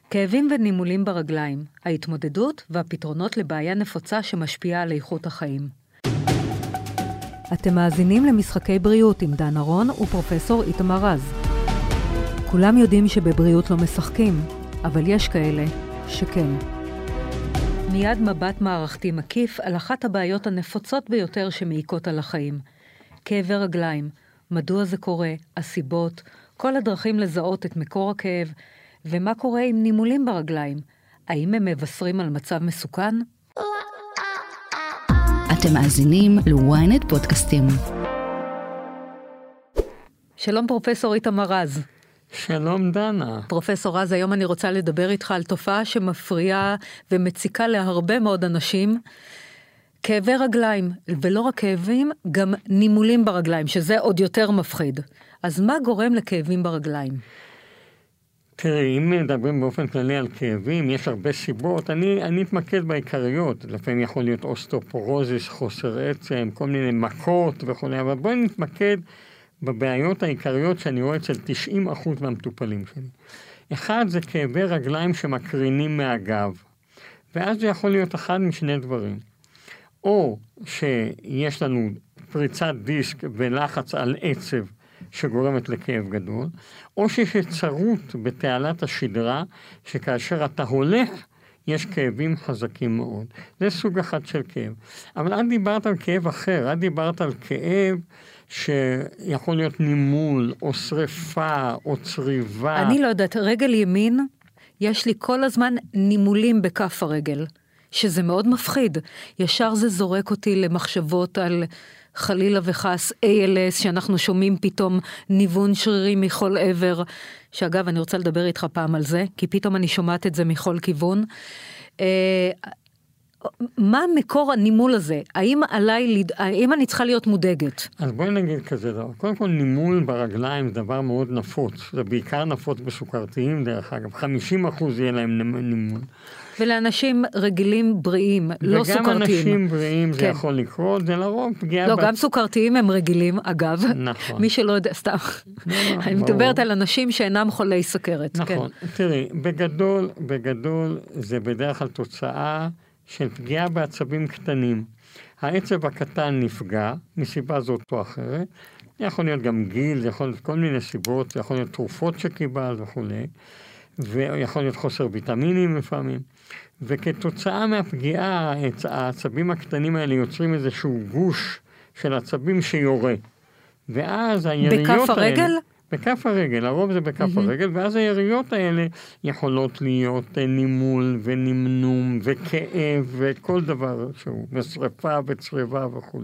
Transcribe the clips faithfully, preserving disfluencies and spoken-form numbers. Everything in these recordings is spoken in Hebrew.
כאבים ונימולים ברגליים, ההתמודדות והפתרונות לבעיה נפוצה שמשפיעה על איכות החיים. אתם מאזינים למשחקי בריאות עם דן ארון ופרופסור איתמר רז. כולם יודעים שבבריאות לא משחקים, אבל יש כאלה שכן. מיד מבט מערכתי מקיף על אחת הבעיות הנפוצות ביותר שמעיקות על החיים. כאבי רגליים, מדוע זה קורה, הסיבות, כל הדרכים לזהות את מקור הכאב, ומה קורה עם נימולים ברגליים? האם הם מבשרים על מצב מסוכן? אתם מאזינים ל-ynet פודקאסטים. שלום פרופסור איתמר רז. שלום דנה. פרופסור רז, היום אני רוצה לדבר איתך על תופעה שמפריעה ומציקה להרבה מאוד אנשים. כאבי רגליים, ולא רק כאבים, גם נימולים ברגליים, שזה עוד יותר מפחיד. אז מה גורם לכאבים ברגליים? תראי, אם מדברים באופן כללי על כאבים, יש הרבה סיבות. אני, אני אתמקד בעיקריות. לפעמים יכול להיות אוסטאופורוזיס, חוסר עצם, כל מיני מכות וכו'. אבל בואי נתמקד בבעיות העיקריות שאני רואה אצל תשעים אחוז מהמטופלים שלי. אחד זה כאבי רגליים שמקרינים מהגב. ואז זה יכול להיות אחד משני דברים. או שיש לנו פריצת דיסק ולחץ על עצב, שגורמת לכאב גדול, או שיש צרות בתעלת השדרה, שכאשר אתה הולך, יש כאבים חזקים מאוד. זה סוג אחד של כאב. אבל את דיברת על כאב אחר, את דיברת על כאב שיכול להיות נימול, או שריפה, או צריבה. אני לא יודעת, רגל ימין, יש לי כל הזמן נימולים בכף הרגל, שזה מאוד מפחיד. ישר זה זורק אותי למחשבות על חלילה וחס איי אל אס, שאנחנו שומעים פתאום ניוון שרירי מכל עבר, שאגב אני רוצה לדבר איתך פעם על זה, כי פתאום אני שומעת את זה מכל כיוון. מה מקור הנימול הזה? האם עליי, האם אני צריכה להיות מודאגת? אז בואי נגיד כזה דבר. קודם כל נימול ברגליים זה דבר מאוד נפוץ, זה בעיקר נפוץ בסוכרתיים דרך אגב, חמישים אחוז יהיה להם נימול. ולאנשים רגילים בריאים, לא סוכרתיים. וגם אנשים בריאים זה יכול לקרות, זה לרוב פגיעה... לא, גם סוכרתיים הם רגילים, אגב. נכון. מי שלא יודע, סתם. אני מדברת על אנשים שאינם חולי סוכרת. נכון. תראי, בגדול, בגדול, זה בדרך כלל תוצאה של פגיעה בעצבים קטנים. העצב הקטן נפגע, מסיבה זאת או אחרת. זה יכול להיות גם גיל, זה יכול להיות כל מיני סיבות, זה יכול להיות תרופות שקיבל וכו'. ויכול להיות חוסר ויטמינים לפעמים. וכתוצאה מהפגיעה, העצבים הקטנים האלה יוצרים איזשהו גוש של עצבים שיורה. ואז היריות האלה... בכף הרגל? בכף הרגל, הרוב זה בכף mm-hmm. הרגל, ואז היריות האלה יכולות להיות נימול ונמנום וכאב וכל דבר שהוא, ושריפה וצריבה וכו'.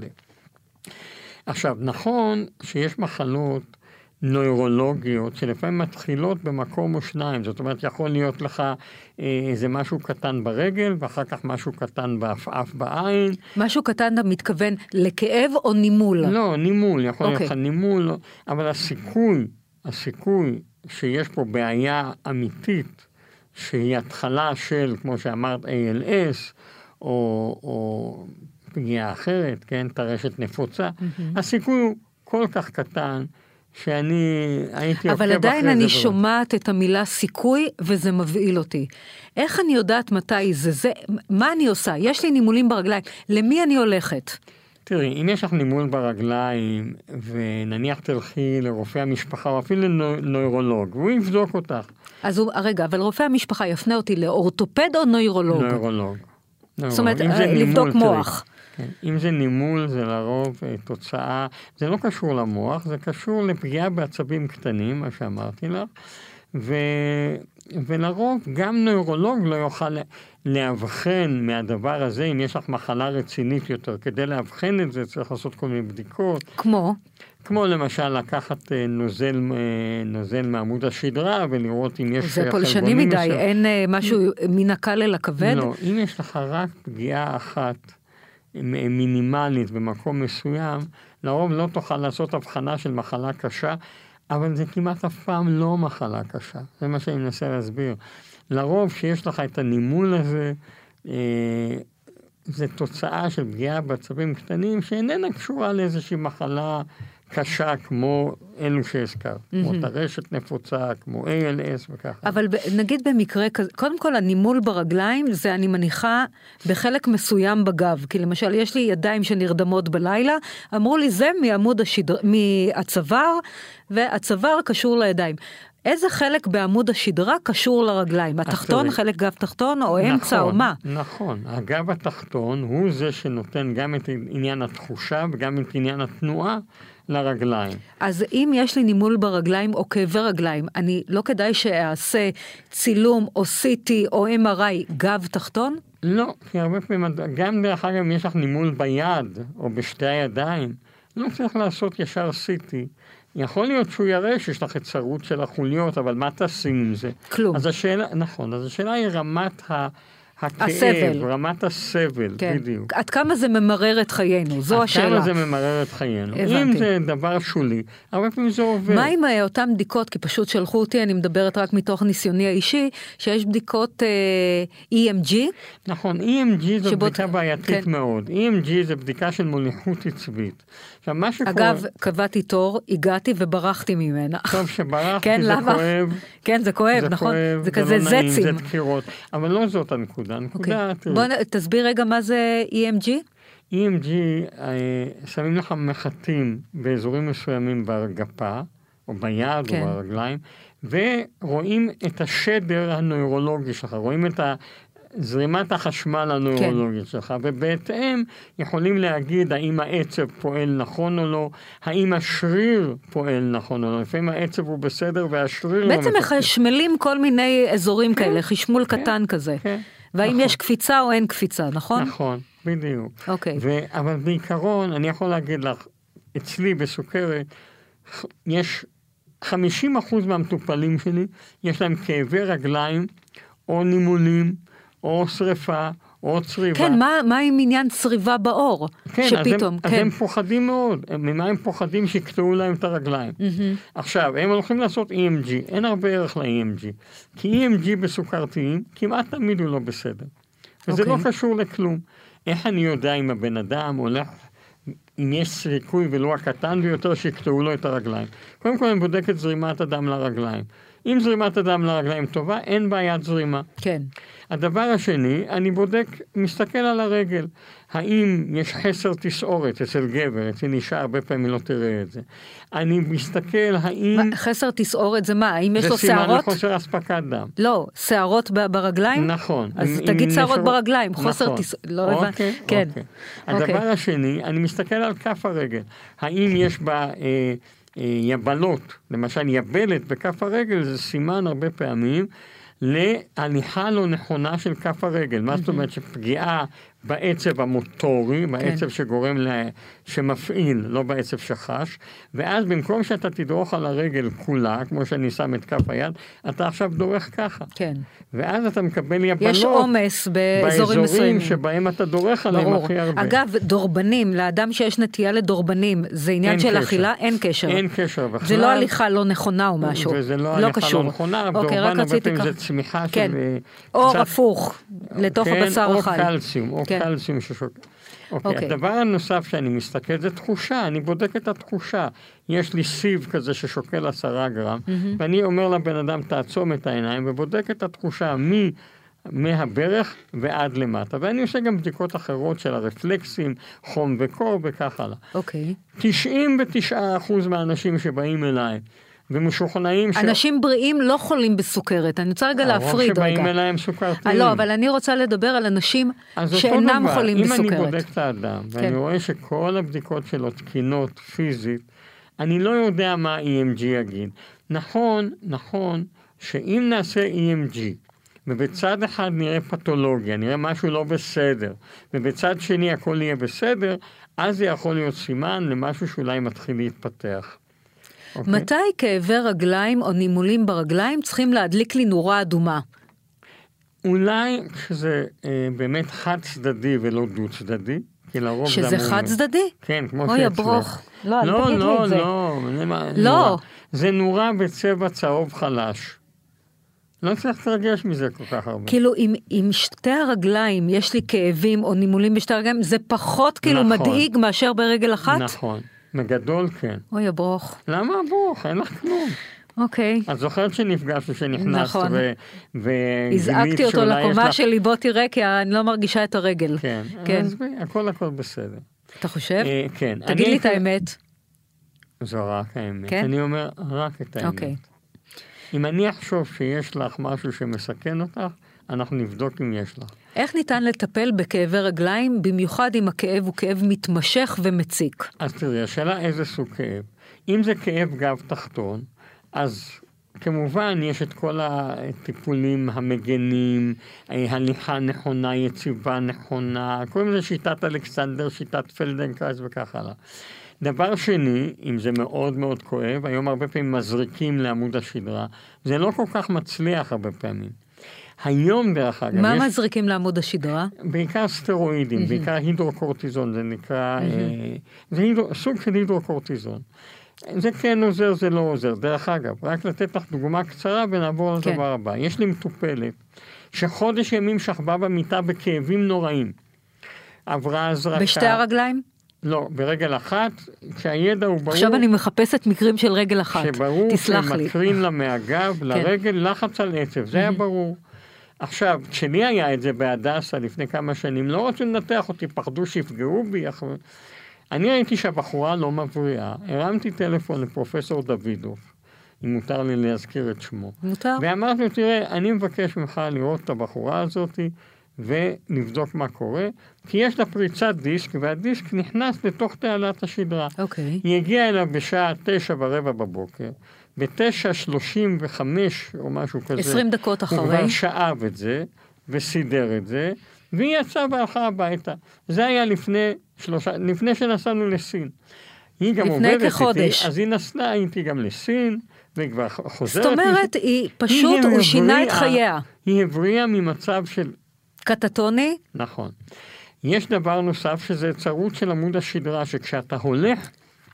עכשיו, נכון שיש מחלות נוירולוגיות שלפעמים מתחילות במקום או שניים, זאת אומרת יכול להיות לך איזה משהו קטן ברגל ואחר כך משהו קטן באף בעין. משהו קטן אתה מתכוון לכאב או נימול? לא, נימול, יכול להיות לך נימול, אבל הסיכוי, הסיכוי שיש פה בעיה אמיתית שהיא התחלה של, כמו שאמרת, איי אל אס או, או פגיעה אחרת, כן, טרשת נפוצה, mm-hmm. הסיכוי הוא כל כך קטן שאני הייתי אבל עדיין אני שומעת את המילה סיכוי, וזה מבהיל אותי. איך אני יודעת מתי זה זה? מה אני עושה? יש לי נימולים ברגליים. למי אני הולכת? תראי, אם יש לך נימול ברגליים, ונניח תלכי לרופא המשפחה, או אפילו לנוירולוג, והוא יבדוק אותך. אז הוא, רגע, אבל רופא המשפחה יפנה אותי לאורתופד או נוירולוג? נוירולוג. זאת אומרת, לבדוק מוח. כן. אם זה נימול, זה לרוב תוצאה, זה לא קשור למוח, זה קשור לפגיעה בעצבים קטנים, מה שאמרתי לך, ו... ולרוב גם נוירולוג לא יוכל להבחן מהדבר הזה, אם יש לך מחלה רצינית יותר, כדי להבחן את זה צריך לעשות כל מיני בדיקות. כמו? כמו למשל לקחת נוזל, נוזל מעמוד השדרה ולראות אם יש... זה פולשני מדי, מסוים. אין משהו מן הקל אל הכבד? לא, אם יש לך רק פגיעה אחת, מינימלית במקום מסוים, לרוב לא תוכל לעשות הבחנה של מחלה קשה, אבל זה כמעט אף פעם לא מחלה קשה. זה מה שאני מנסה להסביר. לרוב שיש לך את הנימול הזה, אה, זה תוצאה של פגיעה בעצבים קטנים, שאיננה קשורה לאיזושהי מחלה קשה כמו אלו שהזכר, כמו טרשת נפוצה, כמו איי אל אס וככה. אבל נגיד במקרה כזה, קודם כל הנימול ברגליים, זה אני מניחה בחלק מסוים בגב, כי למשל יש לי ידיים שנרדמות בלילה, אמרו לי זה מעמוד השדר, מהצוואר, והצוואר קשור לידיים. איזה חלק בעמוד השדרה קשור לרגליים? התחתון, חלק גב תחתון, או אמצע, או מה? נכון, הגב התחתון הוא זה שנותן גם את עניין התחושה, וגם את עניין התנועה לרגליים. אז אם יש לי נימול ברגליים, או כאבי רגליים, אני לא כדאי שאעשה צילום, או סי טי, או אם אר איי, גב תחתון? לא, כי הרבה פעמים, גם דרך אגב, אם יש לך נימול ביד, או בשתי הידיים, לא צריך לעשות ישר סי טי. יכול להיות שהוא יראה שיש לך צרות של החוליות, אבל מה תשים עם זה? כלום. אז השאלה, נכון, אז השאלה היא רמת ה... הכאב, הסבל. רמת הסבל, כן. בדיוק. עד כמה זה ממרר את חיינו, זו עד השאלה. עד כמה זה ממרר את חיינו. הבנתי. אם זה דבר שולי, הרבה פעמים זה עובר. מה עם אותן בדיקות, כי פשוט שלחו אותי, אני מדברת רק מתוך ניסיוני האישי, שיש בדיקות אה, אי אם ג'י? נכון, אי אם ג'י זו שבו... בדיקה בעייתית כן. מאוד. אי אם ג'י זו בדיקה של מוליכות עצבית. עכשיו, מה שקורה... אגב, קבעתי תור, הגעתי וברחתי ממנה. טוב שברחתי, כן, זה למה? כואב. כן, זה כואב, זה נכון? כואב, זה כזה לא נעים, זצים. זה דקירות. אבל לא זאת הנקודה. הנקודה, okay. בוא תסביר רגע מה זה אי אם ג'י? אי אם ג'י, אה, שמים לך מחטים באזורים מסוימים בגפה, או ביד כן. או ברגליים, ורואים את השדר הנוירולוגי שלך, רואים את ה... זרימת החשמל הנוירולוגית כן. שלך, ובהתאם יכולים להגיד האם העצב פועל נכון או לא, האם השריר פועל נכון או לא, לפעמים העצב הוא בסדר והשריר לא בעצם מחשמלים כל מיני אזורים כן. כאלה, חשמול כן. קטן כזה. כן. והאם נכון. יש קפיצה או אין קפיצה, נכון? נכון, בדיוק. אוקיי. ו... אבל בעיקרון, אני יכול להגיד לך, אצלי בסוכרת, יש חמישים אחוז מהמטופלים שלי, יש להם כאבי רגליים, או נימולים, או שריפה, או צריבה. כן, מה, מה עם עניין צריבה באור? כן, שפתאום, אז, הם, כן. אז הם פוחדים מאוד. ממה הם פוחדים שיקטעו להם את הרגליים? Mm-hmm. עכשיו, הם הולכים לעשות אי אם ג'י. אין הרבה ערך ל-אי אם ג'י. כי אי אם ג'י בסוכרתיים, כמעט תמיד הוא לא בסדר. וזה okay. לא קשור לכלום. איך אני יודע אם הבן אדם הולך, אם יש סיכוי ולא הקטן ביותר שיקטעו לו את הרגליים? קודם כל, אני בודק את זרימת הדם לרגליים. אם זרימת הדם לרגליים טובה, אין בעיית זרימה. כן. הדבר השני, אני בודק, מסתכל על הרגל. האם יש חסר תסעורת אצל גבר, אצל אישה, הרבה פעמים לא תראה את זה. אני מסתכל, האם... מה, חסר תסעורת זה מה? האם יש לו שערות? זה סימן לחוסר אספקת דם. לא, שערות ברגליים? נכון. אז עם, תגיד עם שערות נפר... ברגליים, חוסר נכון. תסעורת. לא הבנ... אוקיי, כן. אוקיי. הדבר אוקיי. השני, אני מסתכל על כף הרגל. האם יש בה... אה, יבלות, למשל יבלת בכף הרגל, זה סימן הרבה פעמים להליכה לא נכונה של כף הרגל. מה זאת אומרת? שפגיעה בעצב המוטורי, בעצב שגורם, לה, שמפעיל, לא בעצב שחש, ואז במקום שאתה תדרוך על הרגל כולה, כמו שאני שם את כף היד, אתה עכשיו דורך ככה. כן. ואז אתה מקבל יבלות. יש עומס באזורים מסוימים. שבהם אתה דורך עליהם הכי הרבה. אגב, דורבנים, לאדם שיש נטייה לדורבנים, זה עניין של אכילה, אין קשר. אין קשר בכלל. זה לא הליכה לא נכונה או משהו. וזה לא הליכה לא נכונה, דורבן הרבה פעמים זה צמיחה של... אור הפוך, לתוך הבשר החי. או קלציום, או קלציום ששוק. אוקיי, הדבר הנוסף שאני מסתכל זה תחושה, אני בודק את התחושה. יש לי סיב כזה ששוקל עשרה גרם, ואני אומר לבן אדם, תעצום את העיניים, ובודק את התחושה מ... מהברך ועד למטה. ואני עושה גם בדיקות אחרות של הרפלקסים, חום וקור וכך הלאה. אוקיי. תשעים ותשעה אחוז מהאנשים שבאים אליי, ומשוכנעים ש... אנשים בריאים לא חולים בסוכרת, אני רוצה רגע להפריד רגע. הרוב שבאים אליהם סוכרתיים. לא, אבל אני רוצה לדבר על אנשים שאינם חולים בסוכרת. אם אני בודק את האדם, ואני רואה שכל הבדיקות שלו תקינות פיזית, אני לא יודע מה אי אם ג'י יגיד. נכון, נכון, שאם נעשה אי אם ג'י, ובצד אחד נראה פתולוגיה, נראה משהו לא בסדר, ובצד שני הכל יהיה בסדר, אז זה יכול להיות סימן למשהו שאולי מתחיל להתפתח. Okay. מתי כאבי רגליים או נימולים ברגליים צריכים להדליק לי נורה אדומה? אולי כשזה אה, באמת חד צדדי ולא דו צדדי, כי לרוב שזה זה... שזה חד צדדי? כן, כמו אוי, הברוך. לא, אל לא, תגיד לא, לי את זה. לא, לא. לא. זה נורה בצבע צהוב חלש. לא צריך להתרגש מזה כל כך הרבה. כאילו, אם, אם שתי הרגליים יש לי כאבים או נימולים בשתי הרגליים, זה פחות כאילו נכון. מדאיג מאשר ברגל אחת? נכון. מגדול, כן. אוי, הברוך. למה הברוך? אין לך כלום. אוקיי. את זוכרת שנפגשנו, שנכנסת, נכון. ו... הזעקתי אותו לקומה שלי, בוא תראה, כי אני לא מרגישה את הרגל. כן, כן. אז הכל הכל בסדר. אתה חושב? אה, כן. תגיד לי את האמת. זו רק האמת. כן? אני אומר רק את האמת. אוקיי. אם אני אחשוב שיש לך משהו שמסכן אותך, אנחנו נבדוק אם יש לך. איך ניתן לטפל בכאבי רגליים, במיוחד אם הכאב הוא כאב מתמשך ומציק? אז תראי, השאלה איזה סוג כאב. אם זה כאב גב תחתון, אז כמובן יש את כל הטיפולים המגנים, הליכה נכונה, יציבה נכונה, קוראים לזה שיטת אלכסנדר, שיטת פלדנקרייס וכך הלאה. דבר שני, אם זה מאוד מאוד כואב, היום הרבה פעמים מזריקים לעמוד השדרה, זה לא כל כך מצליח הרבה פעמים. היום דרך אגב... מה יש... מזריקים לעמוד השדרה? בעיקר סטרואידים, mm-hmm. בעיקר הידרוקורטיזון, זה נקרא... Mm-hmm. אה, זה הידר... סוג של הידרוקורטיזון. זה כן עוזר, זה לא עוזר. דרך אגב, רק לתת לך דוגמה קצרה ונעבור כן. לדבר הבא. יש לי מטופלת שחודש ימים שכבה במיטה בכאבים נוראים. עברה הזרקה... בשתי הרגליים? לא, ברגל אחת, כשהידע הוא ברור... עכשיו אני מחפשת מקרים של רגל אחת, שברור תסלח לי. שמקרין לה מהגב, לרגל לחץ על עצב, זה היה ברור. עכשיו, כשלי היה את זה בהדסה לפני כמה שנים, לא רצו לנתח אותי, פחדו שיפגעו בי. אני ראיתי שהבחורה לא מבריאה, הרמתי טלפון לפרופסור דוידוב, אם מותר לי להזכיר את שמו. מותר. ואמרתי לו, תראה, אני מבקש ממך לראות את הבחורה הזאת, ונבדוק מה קורה, כי יש לה פריצת דיסק, והדיסק נכנס לתוך תעלת השדרה. אוקיי. היא הגיעה אליו בשעה תשע ורבע בבוקר, בתשע שלושים וחמש או משהו כזה. עשרים דקות אחרי. הוא כבר שאב את זה, וסידר את זה, והיא יצאה והלכה הביתה. זה היה לפני שלושה, לפני שנסענו לסין. היא גם עובדת כחודש. איתי, אז היא נסעה איתי גם לסין, והיא כבר חוזרת. זאת אומרת, היא פשוט, הוא שינה את חייה. היא הבריאה ממצב של... קטטוני? נכון. יש דבר נוסף שזה צרות של עמוד השדרה, שכשאתה הולך,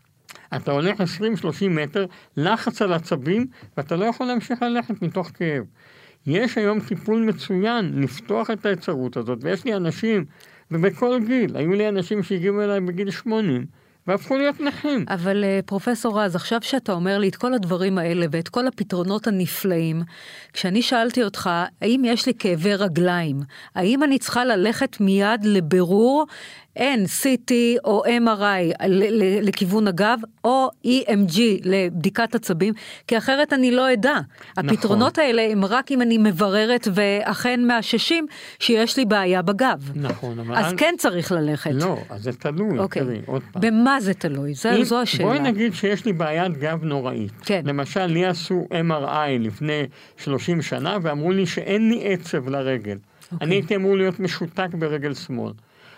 אתה הולך עשרים שלושים מטר, לחץ על עצבים, ואתה לא יכול להמשיך ללכת מתוך כאב. יש היום טיפול מצוין לפתוח את היצרות הזאת, ויש לי אנשים, ובכל גיל, היו לי אנשים שהגיעו אליי בגיל שמונים, והפכו להיות נכים. אבל פרופסור רז, עכשיו שאתה אומר לי את כל הדברים האלה, ואת כל הפתרונות הנפלאים, כשאני שאלתי אותך, האם יש לי כאבי רגליים? האם אני צריכה ללכת מיד לבירור, אין סי טי או אם אר איי לכיוון הגב, או אי אם ג'י לבדיקת עצבים, כי אחרת אני לא אדע. הפתרונות האלה הם רק אם אני מבררת ואכן מאששים שיש לי בעיה בגב. נכון. אז כן צריך ללכת. לא, אז זה תלוי. אוקיי. במה זה תלוי? זו השאלה. בואי נגיד שיש לי בעיית גב נוראית. כן. למשל, לי עשו אם אר איי לפני שלושים שנה, ואמרו לי שאין לי עצב לרגל. אני הייתי אמור להיות משותק ברגל שמאל.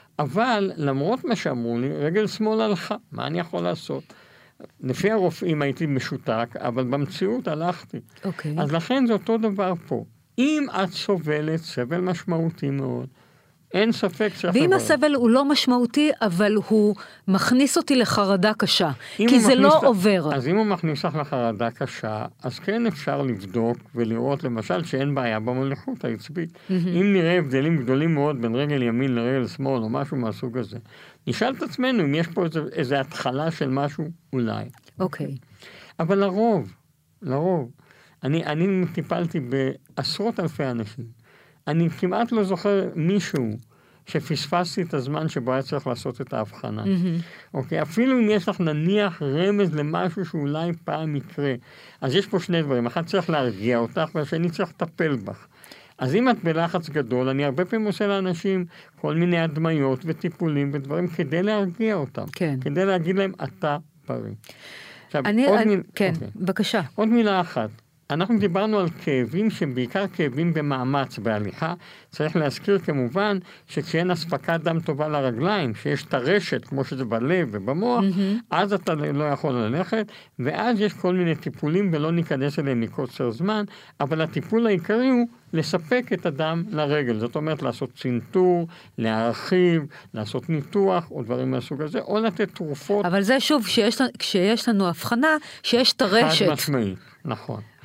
אבל למרות מה שאמרו לי, רגל שמאל הלכה, מה אני יכול לעשות? לפי הרופאים הייתי משותק, אבל במציאות הלכתי. אוקיי. אז לכן זה אותו דבר פה. אם את סובלת סבל משמעותי מאוד, אין ספק שאת... ואם הסבל הוא לא משמעותי, אבל הוא מכניס אותי לחרדה קשה, כי זה לא לה... עובר. אז אם הוא מכניס לך לחרדה קשה, אז כן אפשר לבדוק ולראות למשל שאין בעיה במוליכות העצבית. Mm-hmm. אם נראה הבדלים גדולים מאוד בין רגל ימין לרגל שמאל או משהו מהסוג הזה, נשאל את עצמנו אם יש פה איזו, איזו התחלה של משהו אולי. אוקיי. Okay. אבל לרוב, לרוב, אני, אני טיפלתי בעשרות אלפי אנשים. אני כמעט לא זוכר מישהו שפספסתי את הזמן שבו היה צריך לעשות את ההבחנה. Mm-hmm. אוקיי? אפילו אם יש לך נניח רמז למשהו שאולי פעם יקרה. אז יש פה שני דברים. אחד צריך להרגיע אותך, והשני צריך לטפל בך. אז אם את בלחץ גדול, אני הרבה פעמים עושה לאנשים כל מיני הדמיות וטיפולים ודברים כדי להרגיע אותם. כן. כדי להגיד להם, אתה בריא. עכשיו, אני, עוד אני, מיל... כן, אוקיי. בבקשה. עוד מילה אחת. אנחנו דיברנו על כאבים שהם בעיקר כאבים במאמץ, בהליכה. צריך להזכיר כמובן שכשאין אספקת דם טובה לרגליים, שיש את הרשת כמו שזה בלב ובמוח, mm-hmm. אז אתה לא יכול ללכת, ואז יש כל מיני טיפולים ולא ניכנס אליהם מקוצר זמן, אבל הטיפול העיקרי הוא לספק את הדם לרגל. זאת אומרת לעשות צנתור, להרחיב, לעשות ניתוח או דברים מהסוג הזה, או לתת תרופות. אבל זה שוב, כשיש, כשיש לנו הבחנה, שיש את הרשת. חד משמעית, נכון.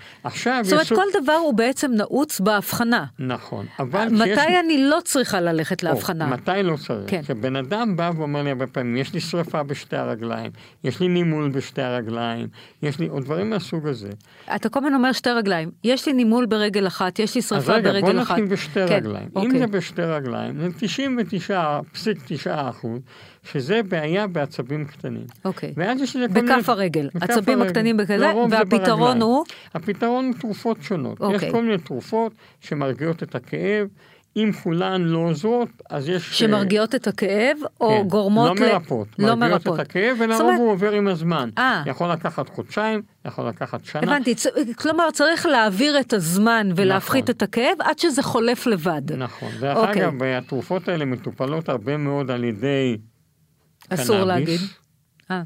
עכשיו... זאת אומרת, יסוג... כל דבר הוא בעצם נעוץ בהבחנה. נכון. אבל מתי שיש... אני לא צריכה ללכת להבחנה? או, מתי לא צריך? כן. כשבן אדם בא ואומר לי הרבה פעמים, יש לי שריפה בשתי הרגליים, יש לי נימול בשתי הרגליים, יש לי עוד דברים מהסוג הזה. אתה כל הזמן אומר שתי רגליים. יש לי נימול ברגל אחת, יש לי שריפה רגע, ברגל אחת. אז רגע, בוא נתחיל בשתי כן. רגליים. אוקיי. אם זה בשתי רגליים, זה תשעים ותשע נקודה תשע אחוז, שזה בעיה בעצבים קטנים. אוקיי. ואז יש לזה בכף מיני... הרגל. עצבים הקטנים בכזה, והפתרון הוא... הפתרון הוא תרופות שונות. אוקיי. יש כל מיני תרופות שמרגיעות את הכאב, אם כולן לא עוזרות, אז יש... שמרגיעות את הכאב, או כן, גורמות... לא ל... מרפות. לא מרגיעות מרפות. את הכאב, ולרוב אומרת... הוא עובר עם הזמן. 아. יכול לקחת חודשיים, יכול לקחת שנה. הבנתי, כלומר צריך להעביר את הזמן ולהפחית נכון. את הכאב, עד שזה חולף לבד. נכון. דרך אוקיי. אגב, התרופות האלה מטופלות הרבה מאוד על ידי אסור קנאביס. להגיד. אה.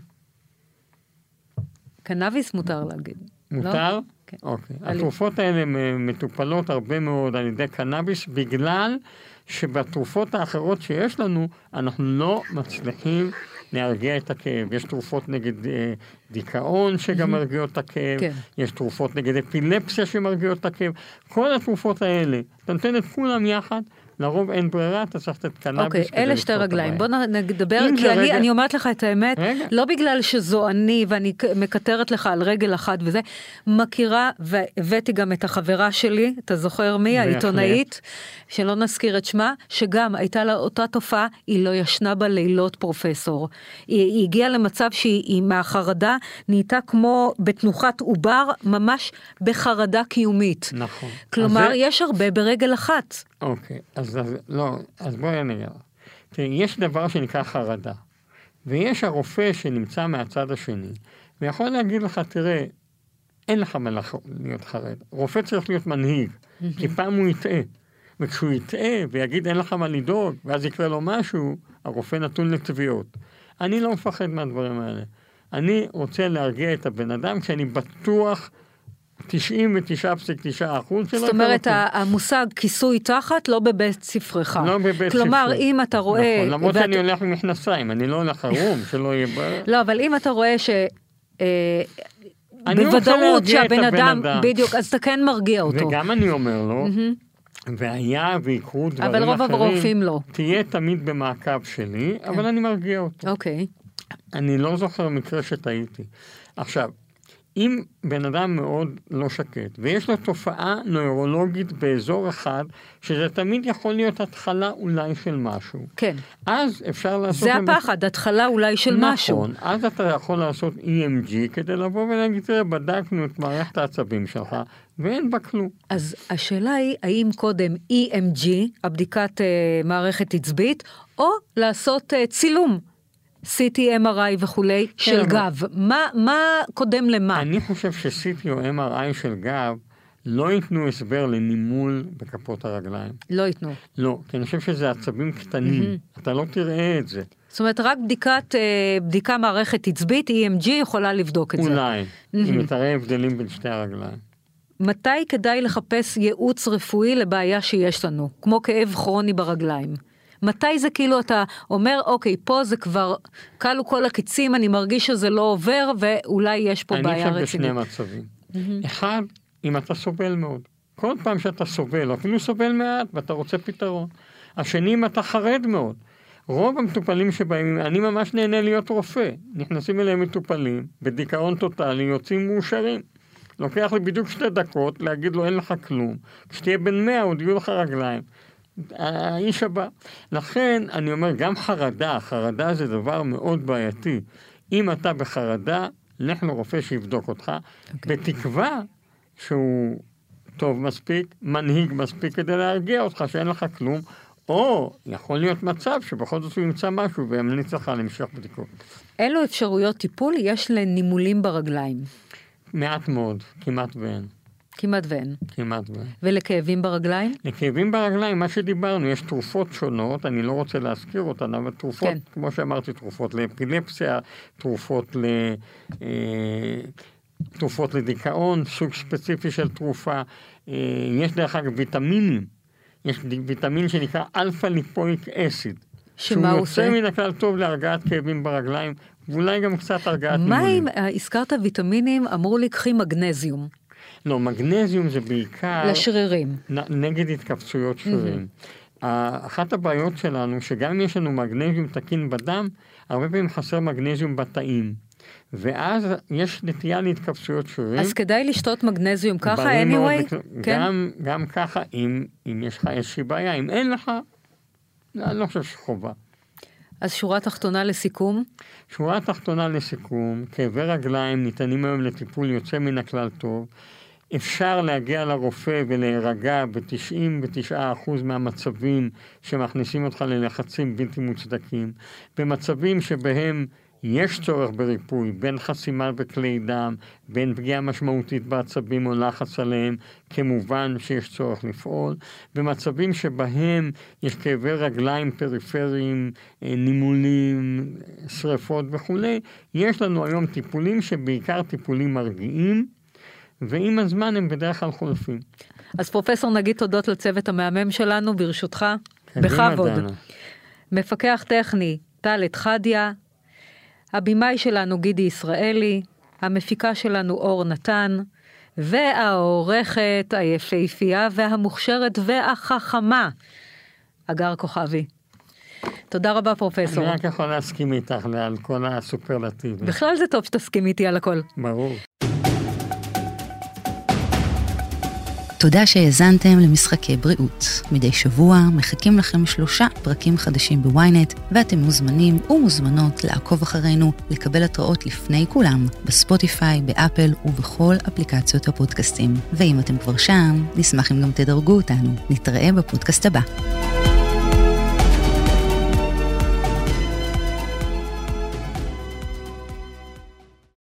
קנאביס מותר להגיד. מותר? לא? כן. אוקיי. התרופות האלה מטופלות הרבה מאוד על ידי קנאביס, בגלל שבתרופות האחרות שיש לנו, אנחנו לא מצליחים להרגיע את הכאב. יש תרופות נגד אה, דיכאון שגם מרגיעות את הכאב, כן. יש תרופות נגד אפילפסיה שמרגיעות את הכאב. כל התרופות האלה, אתה נותן את כולם יחד, לרוב אין ברירה, אתה צריך לתת קנאביס. אוקיי, אלה שתי רגליים. בוא נדבר, כי אני, רגע... אני אומרת לך את האמת, רגע. לא בגלל שזו אני, ואני מקטרת לך על רגל אחת וזה, מכירה, והבאתי גם את החברה שלי, אתה זוכר מי? העיתונאית, שלא נזכיר את שמה, שגם הייתה לה אותה תופעה, היא לא ישנה בלילות פרופסור. היא, היא הגיעה למצב שהיא מהחרדה, נהייתה כמו בתנוחת עובר, ממש בחרדה קיומית. נכון. כלומר, זה... יש הרבה ברגל אחת. אוקיי, אז, אז לא, אז בואי נראה. תראי, יש דבר שנקרא חרדה, ויש הרופא שנמצא מהצד השני, ויכול להגיד לך, תראה, אין לך מה להיות חרד. רופא צריך להיות מנהיג, כי פעם הוא יטעה. וכשהוא יטעה ויגיד אין לך מה לדאוג, ואז יקרה לו משהו, הרופא נתון לתביעות. אני לא מפחד מהדברים האלה. אני רוצה להרגיע את הבן אדם, כשאני בטוח תשעים ותשע נקודה תשע אחוז שלו. זאת אומרת, המושג כיסוי תחת לא בבית ספרך. לא בבית ספרך. כלומר, אם אתה רואה... נכון, למרות שאני הולך במכנסיים, אני לא הולך ערום, שלא יהיה... לא, אבל אם אתה רואה ש... בוודאות שהבן אדם, בדיוק, אז אתה כן מרגיע אותו. וגם אני אומר לו, והיה ויקרו דברים אחרים, אבל רוב הרופאים לא. תהיה תמיד במעקב שלי, אבל אני מרגיע אותו. אוקיי. אני לא זוכר מקרה שטעיתי. עכשיו, אם בן אדם מאוד לא שקט, ויש לו תופעה נוירולוגית באזור אחד, שזה תמיד יכול להיות התחלה אולי של משהו. כן. אז אפשר לעשות... זה הפחד, התחלה אולי של נכון, משהו. נכון, אז אתה יכול לעשות אי אם ג'י, כדי לבוא ולהגיד, תראה, בדקנו את מערכת העצבים שלך, ואין בה כלום. אז השאלה היא, האם קודם אי אם ג'י, הבדיקת uh, מערכת עצבית, או לעשות uh, צילום. סי טי, אם אר איי וכולי, כן, של אבל... גב. מה, מה קודם למה? אני חושב ש-סי טי או אם אר איי של גב לא ייתנו הסבר לנימול בכפות הרגליים. לא ייתנו. לא, כי אני חושב שזה עצבים קטנים. Mm-hmm. אתה לא תראה את זה. זאת אומרת, רק בדיקת, בדיקה מערכת עצבית, אי אם ג'י, יכולה לבדוק את אולי, זה. אולי, mm-hmm. אם תראה הבדלים בין שתי הרגליים. מתי כדאי לחפש ייעוץ רפואי לבעיה שיש לנו, כמו כאב כרוני ברגליים? מתי זה כאילו אתה אומר, אוקיי, פה זה כבר, קלו כל הקיצים, אני מרגיש שזה לא עובר, ואולי יש פה בעיה רצינית. אני חושב בשני מצבים. Mm-hmm. אחד, אם אתה סובל מאוד. כל פעם שאתה סובל, אפילו סובל מעט, ואתה רוצה פתרון. השני, אם אתה חרד מאוד. רוב המטופלים שבאים, אני ממש נהנה להיות רופא. נכנסים אליהם מטופלים, בדיכאון טוטלי, יוצאים מאושרים. לוקח לי בדיוק שתי דקות, להגיד לו אין לך כלום. כשתהיה בן מאה, עוד יהיו לך רגליים. האיש הבא. לכן אני אומר, גם חרדה, חרדה זה דבר מאוד בעייתי. אם אתה בחרדה, לך לרופא שיבדוק אותך, okay. בתקווה שהוא טוב מספיק, מנהיג מספיק כדי להרגיע אותך שאין לך כלום, או יכול להיות מצב שבכל זאת הוא ימצא משהו וימליץ לך למשך בדיקות. אילו אפשרויות טיפול יש לנימולים ברגליים? מעט מאוד, כמעט ואין. כמעט ואין. כמעט ואין. ולכאבים ברגליים? לכאבים ברגליים, מה שדיברנו, יש תרופות שונות, אני לא רוצה להזכיר אותן, אבל תרופות, כן. כמו שאמרתי, תרופות לאפילפסיה, תרופות ל... אה, תרופות לדיכאון, סוג ספציפי של תרופה. אה, יש דרך אגב ויטמינים, יש ויטמין שנקרא אלפא ליפויק אסיד. שמה הוא עושה? שהוא יוצא מן הכלל טוב להרגעת כאבים ברגליים, ואולי גם קצת הרגעת נימולים. מה אם הזכרת ויטמינים, אמרו לי, קחי מגנזיום. לא, מגנזיום זה בעיקר... לשרירים. נגד התכווצויות שרירים. אחת הבעיות שלנו, שגם אם יש לנו מגנזיום תקין בדם, הרבה פעמים חסר מגנזיום בתאים. ואז יש נטייה להתכווצויות שרירים. אז כדאי לשתות מגנזיום ככה, anyway? כן. גם, גם ככה, אם, אם יש לך איזושהי בעיה, אם אין לך, אני לא חושב שחובה. אז שורה תחתונה לסיכום? שורה תחתונה לסיכום, כאבי רגליים ניתנים היום לטיפול יוצא מן הכלל טוב, אפשר להגיע לרופא ולהירגע ב-תשעים ותשעה אחוז מהמצבים שמכניסים אותך ללחצים בלתי מוצדקים, במצבים שבהם יש צורך בריפוי, בין חסימה בכלי דם, בין פגיעה משמעותית בעצבים או לחץ עליהם, כמובן שיש צורך לפעול. במצבים שבהם יש כאבי רגליים פריפריים, נימולים, שריפות וכו', יש לנו היום טיפולים שבעיקר טיפולים מרגיעים, ועם הזמן הם בדרך כלל חולפים. אז פרופסור, נגיד תודות לצוות המאמם שלנו, ברשותך, בכבוד. מפקח טכני, טל חדיה, הבימאי שלנו גידי ישראלי, המפיקה שלנו אור נתן, והעורכת היפהפייה והמוכשרת והחכמה, אגר כוכבי. תודה רבה פרופסור. אני רק יכול להסכים איתך על כל הסופרלטיבים. בכלל זה טוב שתסכים איתי על הכל. ברור. תודה שהאזנתם למשחקי בריאות. מדי שבוע מחכים לכם שלושה פרקים חדשים בוויינט, ואתם מוזמנים ומוזמנות לעקוב אחרינו, לקבל התראות לפני כולם, בספוטיפיי, באפל ובכל אפליקציות הפודקאסטים. ואם אתם כבר שם, נשמח אם גם תדרגו אותנו. נתראה בפודקאסט הבא.